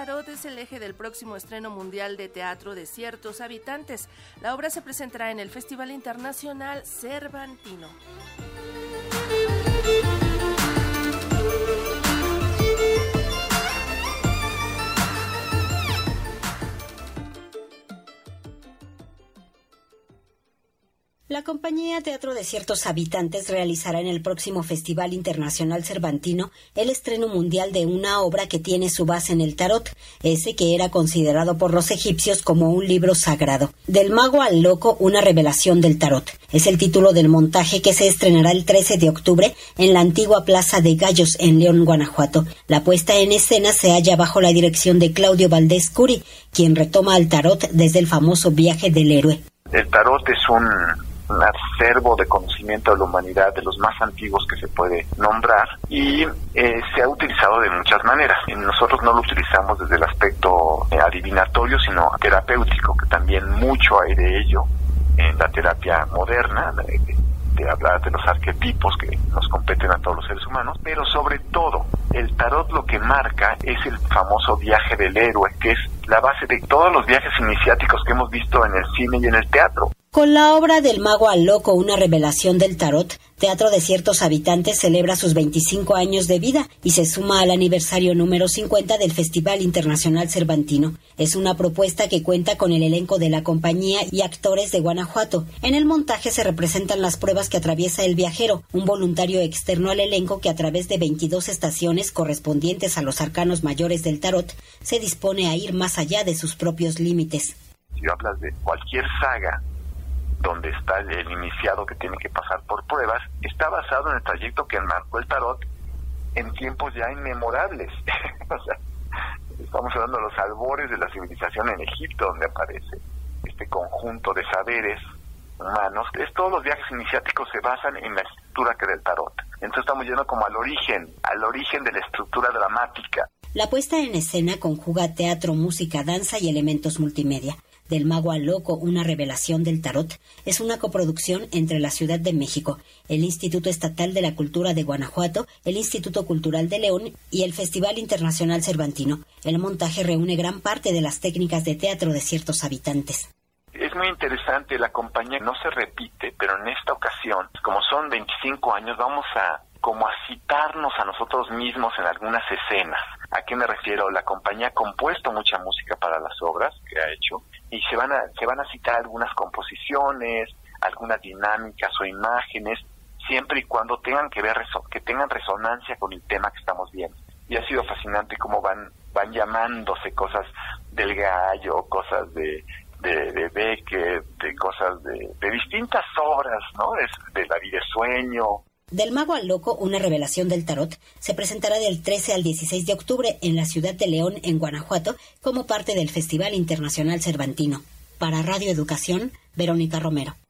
tarot es el eje del próximo estreno mundial de teatro de ciertos habitantes. La obra se presentará en el Festival Internacional Cervantino. La compañía Teatro de Ciertos Habitantes realizará en el próximo Festival Internacional Cervantino el estreno mundial de una obra que tiene su base en el tarot, ese que era considerado por los egipcios como un libro sagrado. Del mago al loco, una revelación del tarot. Es el título del montaje que se estrenará el 13 de octubre en la antigua Plaza de Gallos en León, Guanajuato. La puesta en escena se halla bajo la dirección de Claudio Valdés Curi, quien retoma al tarot desde el famoso viaje del héroe. El tarot es un acervo de conocimiento de la humanidad, de los más antiguos que se puede nombrar, y se ha utilizado de muchas maneras. Nosotros no lo utilizamos desde el aspecto adivinatorio, sino terapéutico, que también mucho hay de ello en la terapia moderna, de hablar de los arquetipos que nos competen a todos los seres humanos, pero sobre todo el tarot lo que marca es el famoso viaje del héroe, que es la base de todos los viajes iniciáticos que hemos visto en el cine y en el teatro. Con la obra Del mago al loco, una revelación del tarot, Teatro de Ciertos Habitantes celebra sus 25 años de vida y se suma al aniversario número 50 del Festival Internacional Cervantino. Es una propuesta que cuenta con el elenco de la compañía y actores de Guanajuato. En el montaje se representan las pruebas que atraviesa el viajero, un voluntario externo al elenco que a través de 22 estaciones correspondientes a los arcanos mayores del tarot se dispone a ir más allá de sus propios límites. Si hablas de cualquier saga donde está el iniciado que tiene que pasar por pruebas, está basado en el trayecto que marcó el tarot en tiempos ya inmemorables. O sea, estamos hablando de los albores de la civilización en Egipto, donde aparece este conjunto de saberes humanos. Todos los viajes iniciáticos se basan en la estructura que del tarot. Entonces estamos yendo como al origen de la estructura dramática. La puesta en escena conjuga teatro, música, danza y elementos multimedia. Del mago al loco, una revelación del tarot, es una coproducción entre la Ciudad de México, el Instituto Estatal de la Cultura de Guanajuato, el Instituto Cultural de León y el Festival Internacional Cervantino. El montaje reúne gran parte de las técnicas de teatro de ciertos habitantes. Es muy interesante, la compañía no se repite, pero en esta ocasión, como son 25 años, vamos a citarnos a nosotros mismos en algunas escenas. ¿A qué me refiero? La compañía ha compuesto mucha música para las obras que ha hecho y se van a citar algunas composiciones, algunas dinámicas o imágenes, siempre y cuando tengan que tengan resonancia con el tema que estamos viendo. Y ha sido fascinante cómo van llamándose cosas del gallo, cosas de Beckett, de cosas de distintas obras, ¿no? De La vida de sueño. Del mago al loco, una revelación del tarot, se presentará del 13 al 16 de octubre en la ciudad de León, en Guanajuato, como parte del Festival Internacional Cervantino. Para Radio Educación, Verónica Romero.